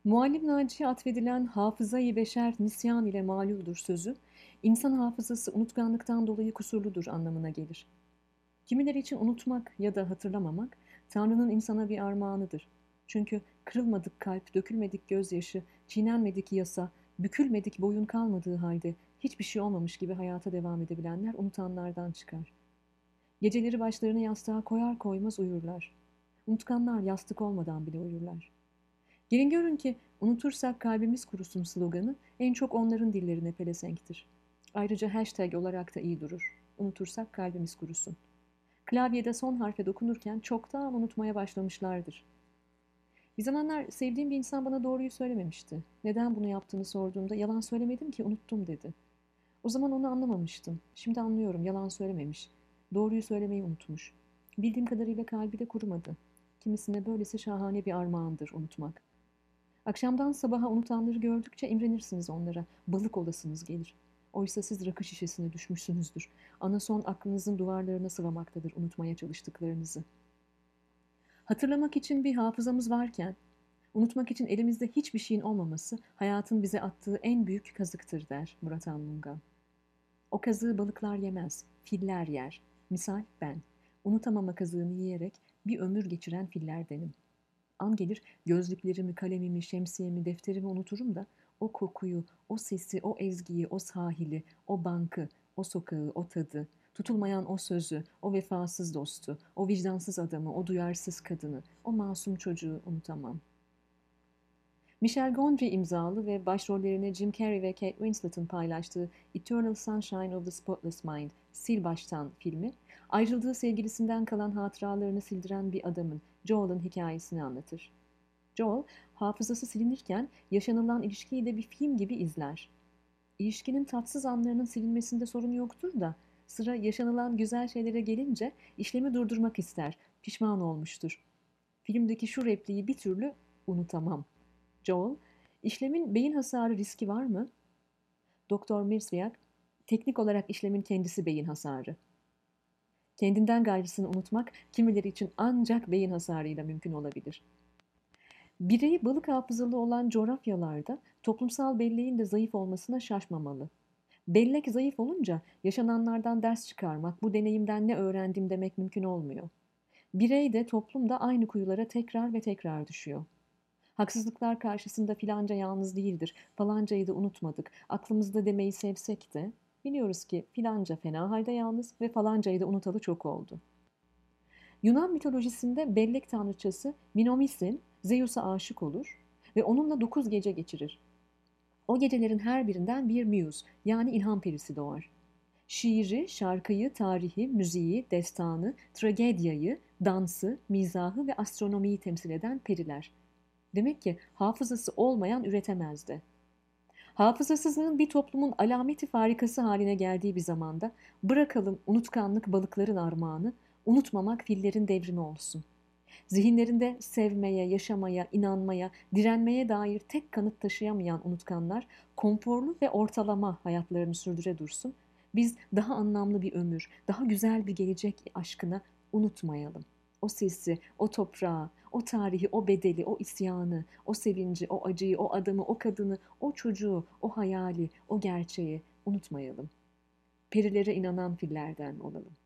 Muallim Naci'ye atfedilen hafıza-i beşer nisyan ile maluldur sözü, insan hafızası unutkanlıktan dolayı kusurludur anlamına gelir. Kimileri için unutmak ya da hatırlamamak, Tanrı'nın insana bir armağanıdır. Çünkü kırılmadık kalp, dökülmedik gözyaşı, çiğnenmedik yasa, bükülmedik boyun kalmadığı halde hiçbir şey olmamış gibi hayata devam edebilenler unutanlardan çıkar. Geceleri başlarını yastığa koyar koymaz uyurlar. Unutkanlar yastık olmadan bile uyurlar. Gelin görün ki unutursak kalbimiz kurusun sloganı en çok onların dillerine pelesenktir. Ayrıca hashtag olarak da iyi durur. Unutursak kalbimiz kurusun. Klavyede son harfe dokunurken çoktan unutmaya başlamışlardır. Bir zamanlar sevdiğim bir insan bana doğruyu söylememişti. Neden bunu yaptığını sorduğumda yalan söylemedim ki unuttum dedi. O zaman onu anlamamıştım. Şimdi anlıyorum, yalan söylememiş. Doğruyu söylemeyi unutmuş. Bildiğim kadarıyla kalbi de kurumadı. Kimisine böylesi şahane bir armağandır unutmak. Akşamdan sabaha unutanları gördükçe imrenirsiniz onlara. Balık olasınız gelir. Oysa siz rakı şişesine düşmüşsünüzdür. Anason aklınızın duvarlarına sıvamaktadır unutmaya çalıştıklarınızı. Hatırlamak için bir hafızamız varken, unutmak için elimizde hiçbir şeyin olmaması hayatın bize attığı en büyük kazıktır der Murat Anmungan. O kazığı balıklar yemez, filler yer. Misal ben. Unutamama kazığını yiyerek bir ömür geçiren fillerdenim. An gelir gözlüklerimi, kalemimi, şemsiyemi, defterimi unuturum da o kokuyu, o sesi, o ezgiyi, o sahili, o bankı, o sokağı, o tadı, tutulmayan o sözü, o vefasız dostu, o vicdansız adamı, o duyarsız kadını, o masum çocuğu unutamam. Michel Gondry imzalı ve başrollerini Jim Carrey ve Kate Winslet'ın paylaştığı Eternal Sunshine of the Spotless Mind, Sil Baştan filmi, ayrıldığı sevgilisinden kalan hatıralarını sildiren bir adamın, Joel'ın hikayesini anlatır. Joel, hafızası silinirken yaşanılan ilişkiyi de bir film gibi izler. İlişkinin tatsız anlarının silinmesinde sorun yoktur da, sıra yaşanılan güzel şeylere gelince işlemi durdurmak ister, pişman olmuştur. Filmdeki şu repliği bir türlü unutamam. Joel, işlemin beyin hasarı riski var mı? Doktor Mirsviak, teknik olarak işlemin kendisi beyin hasarı. Kendinden gayrısını unutmak kimileri için ancak beyin hasarıyla mümkün olabilir. Bireyi balık hafızalı olan coğrafyalarda toplumsal belleğin de zayıf olmasına şaşmamalı. Bellek zayıf olunca yaşananlardan ders çıkarmak, bu deneyimden ne öğrendim demek mümkün olmuyor. Birey de toplum da aynı kuyulara tekrar ve tekrar düşüyor. Haksızlıklar karşısında filanca yalnız değildir, falancayı da unutmadık, aklımızda demeyi sevsek de biliyoruz ki filanca fena halde yalnız ve falancayı da unutalı çok oldu. Yunan mitolojisinde bellek tanrıçası Minomis'in Zeus'a aşık olur ve onunla 9 gece geçirir. O gecelerin her birinden bir muse yani ilham perisi doğar. Şiiri, şarkıyı, tarihi, müziği, destanı, tragedyayı, dansı, mizahı ve astronomiyi temsil eden periler. Demek ki hafızası olmayan üretemezdi. Hafızasızlığın bir toplumun alameti farikası haline geldiği bir zamanda bırakalım unutkanlık balıkların armağanı, unutmamak fillerin devrimi olsun. Zihinlerinde sevmeye, yaşamaya, inanmaya, direnmeye dair tek kanıt taşıyamayan unutkanlar konforlu ve ortalama hayatlarını sürdüre dursun. Biz daha anlamlı bir ömür, daha güzel bir gelecek aşkına unutmayalım. O sesi, o toprağı, o tarihi, o bedeli, o isyanı, o sevinci, o acıyı, o adamı, o kadını, o çocuğu, o hayali, o gerçeği unutmayalım. Perilere inanan fillerden olalım.